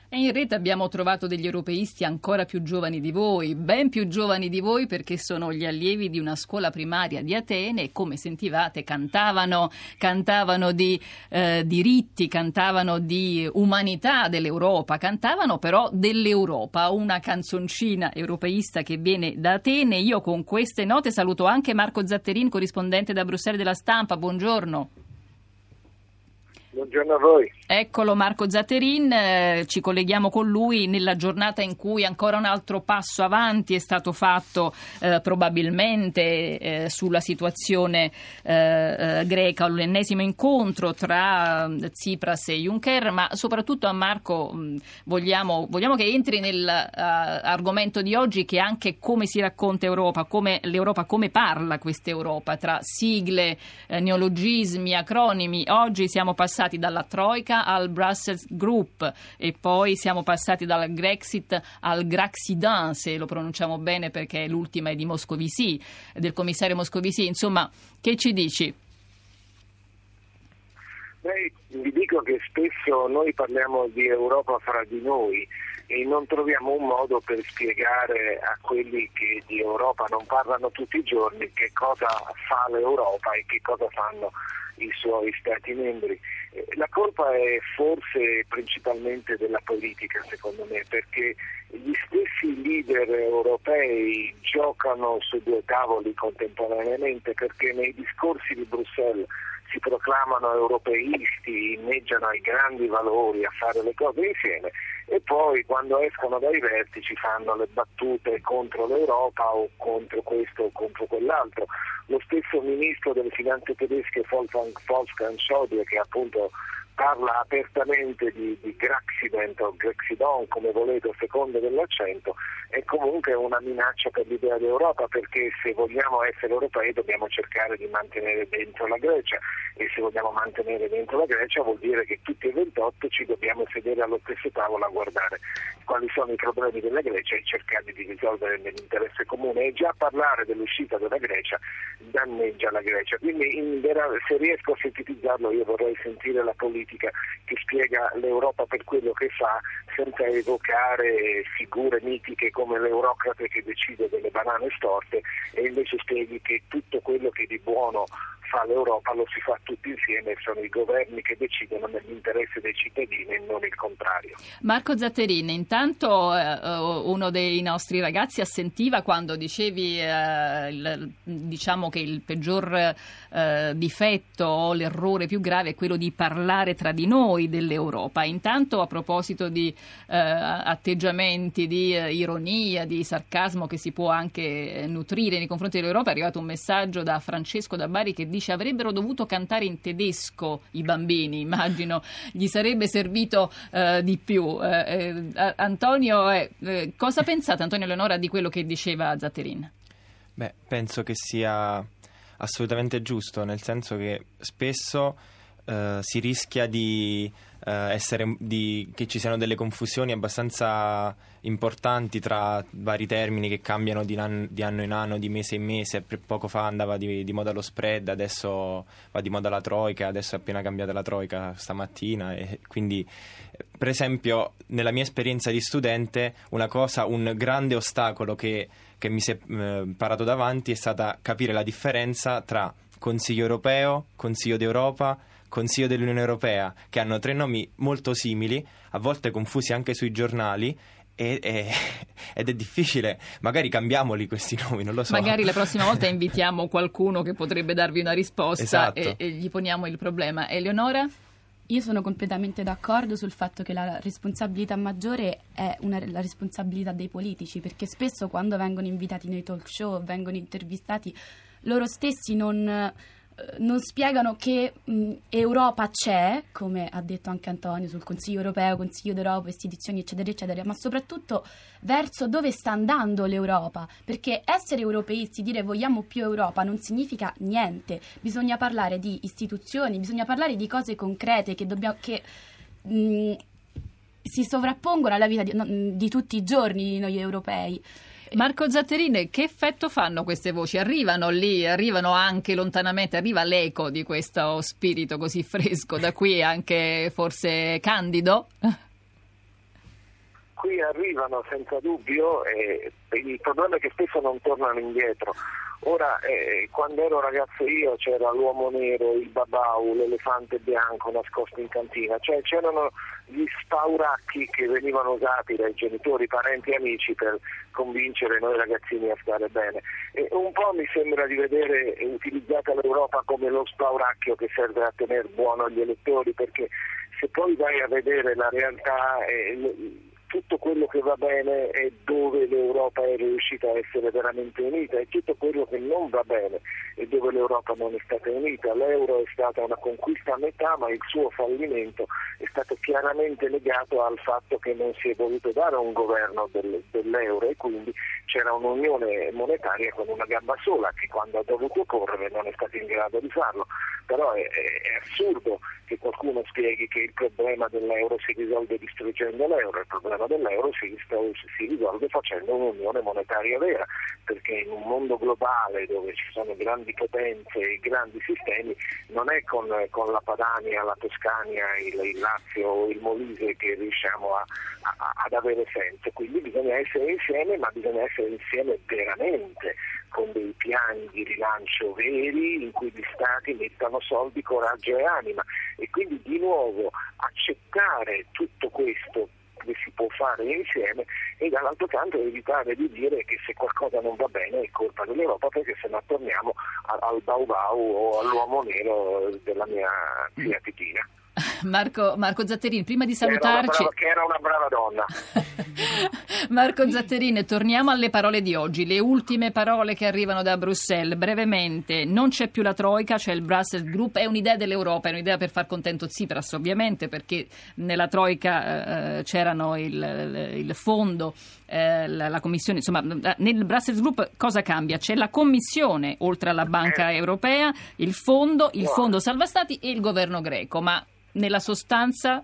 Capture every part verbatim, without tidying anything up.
E in rete abbiamo trovato degli europeisti ancora più giovani di voi, ben più giovani di voi, perché sono gli allievi di una scuola primaria di Atene e, come sentivate, cantavano, cantavano di eh, diritti, cantavano di umanità dell'Europa, cantavano però dell'Europa, una canzoncina europeista che viene da Atene. Io con queste note saluto anche Marco Zatterin, corrispondente da Bruxelles della Stampa. Buongiorno. Buongiorno a voi. Eccolo Marco Zatterin, eh, ci colleghiamo con lui nella giornata in cui ancora un altro passo avanti è stato fatto eh, probabilmente eh, sulla situazione eh, eh, greca, l'ennesimo incontro tra Tsipras e Juncker, ma soprattutto a Marco mh, vogliamo, vogliamo che entri nell'argomento uh, di oggi, che è anche come si racconta Europa, come l'Europa, come parla questa Europa, tra sigle, eh, neologismi, acronimi. Oggi siamo passati dalla Troika al Brussels Group e poi siamo passati dal Grexit al Graxidan, se lo pronunciamo bene, perché l'ultima è di Moscovici, del commissario Moscovici. Insomma, che ci dici? Beh, vi dico che spesso noi parliamo di Europa fra di noi e non troviamo un modo per spiegare a quelli che di Europa non parlano tutti i giorni che cosa fa l'Europa e che cosa fanno i suoi Stati membri. La colpa è forse principalmente della politica, secondo me, perché gli stessi leader europei giocano su due tavoli contemporaneamente, perché nei discorsi di Bruxelles si proclamano europeisti, inneggiano ai grandi valori, a fare le cose insieme, e poi quando escono dai vertici fanno le battute contro l'Europa o contro questo o contro quell'altro. Lo stesso ministro delle finanze tedesche Wolfgang Schäuble, che appunto parla apertamente di, di Grexident o Grexidon, come volete, a seconda dell'accento, è comunque una minaccia per l'idea d'Europa, perché se vogliamo essere europei dobbiamo cercare di mantenere dentro la Grecia, e se vogliamo mantenere dentro la Grecia vuol dire che tutti e ventotto ci dobbiamo sedere allo stesso tavolo a guardare quali sono i problemi della Grecia e cercare di risolvere nell'interesse comune, e già parlare dell'uscita della Grecia danneggia la Grecia. Quindi in vera, se riesco a sintetizzarlo, io vorrei sentire la politica che spiega l'Europa per quello che fa, senza evocare figure mitiche come l'eurocrate che decide delle banane storte, e invece spieghi che tutto quello che di buono fa l'Europa lo si fa tutti insieme, e sono i governi che decidono nell'interesse dei cittadini e non il contrario. Marco Zatterin, intanto eh, uno dei nostri ragazzi assentiva quando dicevi eh, il, diciamo che il peggior eh, difetto o l'errore più grave è quello di parlare tra di noi dell'Europa. Intanto, a proposito di eh, atteggiamenti di eh, ironia, di sarcasmo che si può anche nutrire nei confronti dell'Europa, è arrivato un messaggio da Francesco da Bari che dice: avrebbero dovuto cantare in tedesco i bambini, immagino gli sarebbe servito eh, di più. Eh, eh, Antonio, eh, eh, cosa pensate, Antonio e Leonora, di quello che diceva Zatterin? Beh, penso che sia assolutamente giusto, nel senso che spesso eh, si rischia di eh, essere di, che ci siano delle confusioni abbastanza importanti tra vari termini che cambiano di, nan, di anno in anno, di mese in mese. Poco fa andava di, di moda lo spread, adesso va di moda la troika, adesso è appena cambiata la troika stamattina, e quindi, per esempio, nella mia esperienza di studente, una cosa, un grande ostacolo che, che mi si è eh, parato davanti è stata capire la differenza tra Consiglio europeo, Consiglio d'Europa, Consiglio dell'Unione Europea, che hanno tre nomi molto simili, a volte confusi anche sui giornali. E, e, ed è difficile, magari cambiamoli questi nomi, non lo so. Magari la prossima volta invitiamo qualcuno che potrebbe darvi una risposta. Esatto. e, e gli poniamo il problema. Eleonora? Io sono completamente d'accordo sul fatto che la responsabilità maggiore è una, la responsabilità dei politici, perché spesso quando vengono invitati nei talk show, vengono intervistati, loro stessi non... non spiegano che mh, Europa c'è, come ha detto anche Antonio, sul Consiglio europeo, Consiglio d'Europa, istituzioni eccetera eccetera, ma soprattutto verso dove sta andando l'Europa, perché essere europeisti, dire vogliamo più Europa, non significa niente. Bisogna parlare di istituzioni, bisogna parlare di cose concrete che dobbiamo che mh, si sovrappongono alla vita di, no, di tutti i giorni di noi europei. Marco Zatterin, che effetto fanno queste voci? Arrivano lì, arrivano anche lontanamente, arriva l'eco di questo spirito così fresco, da qui anche forse candido? sì, arrivano senza dubbio, e il problema è che spesso non tornano indietro. Ora, eh, quando ero ragazzo io c'era l'uomo nero, il babau, l'elefante bianco nascosto in cantina, cioè c'erano gli spauracchi che venivano usati dai genitori, parenti e amici per convincere noi ragazzini a stare bene. E un po' mi sembra di vedere utilizzata l'Europa come lo spauracchio che serve a tenere buono gli elettori, perché se poi vai a vedere la realtà, eh, tutto quello che va bene è dove l'Europa è riuscita a essere veramente unita, e tutto quello che non va bene è dove l'Europa non è stata unita. L'euro è stata una conquista a metà, ma il suo fallimento è stato chiaramente legato al fatto che non si è voluto dare un governo del, dell'euro, e quindi c'era un'unione monetaria con una gamba sola che quando ha dovuto correre non è stato in grado di farlo. Però è, è assurdo che qualcuno spieghi che il problema dell'euro si risolve distruggendo l'euro. Il problema dell'euro si, si risolve facendo un'unione monetaria vera, perché in un mondo globale dove ci sono grandi potenze e grandi sistemi non è con, con la Padania, la Toscania, il, il Lazio o il Molise che riusciamo a, a, ad avere senso. Quindi bisogna essere insieme, ma bisogna essere insieme veramente, con dei piani di rilancio veri in cui gli stati mettano soldi, coraggio e anima, e quindi di nuovo accettare tutto questo che si può fare insieme, e dall'altro canto evitare di dire che se qualcosa non va bene è colpa dell'Europa, perché se no torniamo al, al bau bau o all'uomo nero della mia zia Titina. Marco, Marco Zatterin, prima di salutarci, che era una brava, che era una brava donna. Marco Zatterin, torniamo alle parole di oggi, le ultime parole che arrivano da Bruxelles. Brevemente, non c'è più la Troika, c'è il Brussels Group, è un'idea dell'Europa, è un'idea per far contento Tsipras ovviamente, perché nella Troika eh, c'erano il, il fondo, eh, la, la commissione, insomma nel Brussels Group cosa cambia? C'è la commissione oltre alla Banca Europea, il fondo, il fondo salva stati e il governo greco, ma nella sostanza?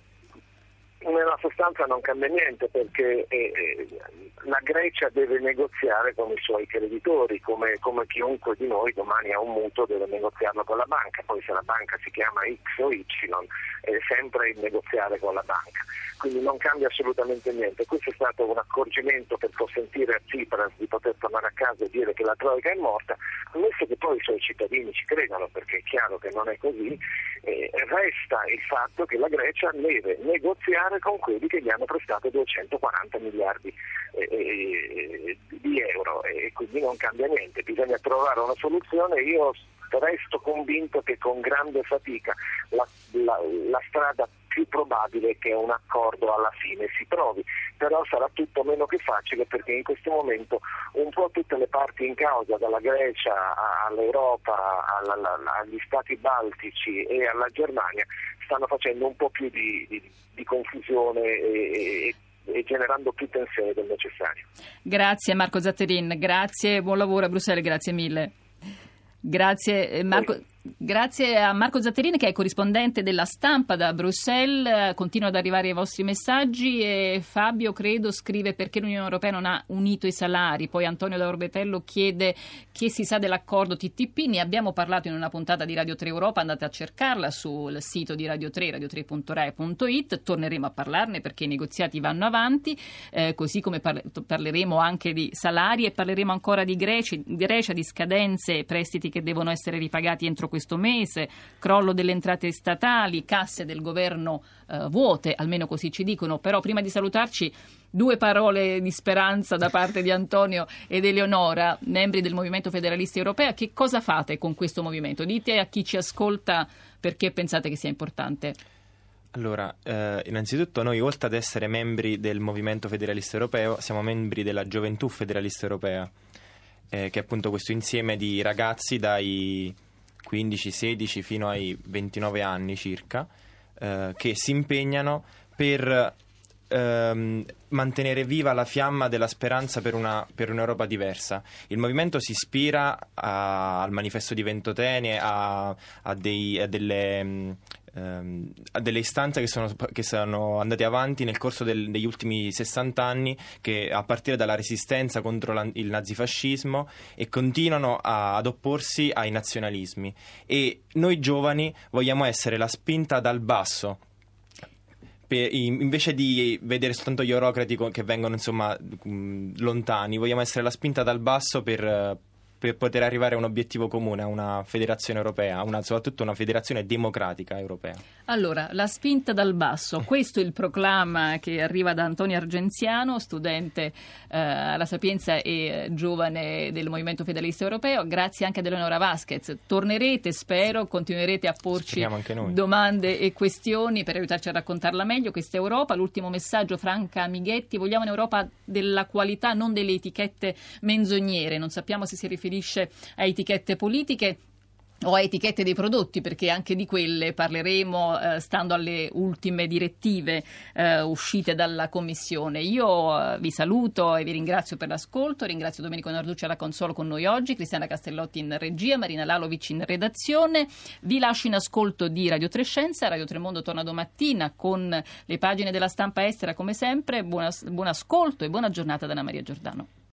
Nella sostanza non cambia niente, perché eh, la Grecia deve negoziare con i suoi creditori, come, come chiunque di noi domani ha un mutuo deve negoziarlo con la banca. Poi se la banca si chiama X o Y è sempre il negoziare con la banca, quindi non cambia assolutamente niente. Questo è stato un accorgimento per consentire a Tsipras di poter tornare a casa e dire che la Troika è morta, ammesso che poi i suoi cittadini ci credano, perché è chiaro che non è così. Eh, resta il fatto che la Grecia deve negoziare con quelli che gli hanno prestato duecentoquaranta miliardi eh, eh, di euro, e quindi non cambia niente, bisogna trovare una soluzione. Io resto convinto che con grande fatica la, la, la strada più probabile è che un accordo alla fine si trovi, però sarà tutto meno che facile, perché in questo momento un po' tutte le parti in causa, dalla Grecia all'Europa, alla, alla, agli stati baltici e alla Germania, stanno facendo un po' più di, di, di confusione e, e, e generando più tensione del necessario. Grazie Marco Zatterin, grazie, buon lavoro a Bruxelles, grazie mille. Grazie Marco. Grazie a Marco Zatterin, che è corrispondente della Stampa da Bruxelles. Continuano ad arrivare i vostri messaggi e Fabio, credo, scrive perché l'Unione Europea non ha unito i salari. Poi Antonio da Orbetello chiede che si sa dell'accordo T T P. Ne abbiamo parlato in una puntata di Radio tre Europa, andate a cercarla sul sito di Radio tre, radio tre punto rai punto it. Torneremo a parlarne perché i negoziati vanno avanti, eh, così come parle- parleremo anche di salari e parleremo ancora di Grecia, di Grecia, di scadenze, prestiti che devono essere ripagati entro questo mese, crollo delle entrate statali, casse del governo eh, vuote, almeno così ci dicono. Però prima di salutarci, due parole di speranza da parte di Antonio ed Eleonora, membri del Movimento Federalista Europeo. Che cosa fate con questo movimento? Dite a chi ci ascolta perché pensate che sia importante. Allora, eh, innanzitutto noi, oltre ad essere membri del Movimento Federalista Europeo, siamo membri della Gioventù Federalista Europea, eh, che è appunto questo insieme di ragazzi dai quindici sedici fino ai ventinove anni circa, eh, che si impegnano per ehm, mantenere viva la fiamma della speranza per, una, per un'Europa diversa. Il movimento si ispira a, al manifesto di Ventotene, a, a, dei, a delle... a delle istanze che sono, che sono andate avanti nel corso del, degli ultimi sessanta anni, che a partire dalla resistenza contro la, il nazifascismo, e continuano a, ad opporsi ai nazionalismi. E noi giovani vogliamo essere la spinta dal basso per, invece di vedere soltanto gli eurocrati che vengono insomma lontani, vogliamo essere la spinta dal basso per per poter arrivare a un obiettivo comune, a una federazione europea, a una, soprattutto una federazione democratica europea. Allora, la spinta dal basso, questo è il proclama che arriva da Antonio Argenziano, studente eh, alla Sapienza e giovane del Movimento Federalista Europeo. Grazie anche ad Eleonora Vasquez. Tornerete, spero, continuerete a porci domande e questioni per aiutarci a raccontarla meglio, questa Europa. L'ultimo messaggio, Franca Amighetti: vogliamo un'Europa della qualità, non delle etichette menzognere. Non sappiamo se si riferisce a etichette politiche o a etichette dei prodotti, perché anche di quelle parleremo eh, stando alle ultime direttive eh, uscite dalla Commissione. Io eh, vi saluto e vi ringrazio per l'ascolto, ringrazio Domenico Narducci alla console con noi oggi, Cristiana Castellotti in regia, Marina Lalovic in redazione. Vi lascio in ascolto di Radio Trescenza. Radio Tremondo torna domattina con le pagine della stampa estera come sempre. Buona, buon ascolto e buona giornata da Anna Maria Giordano.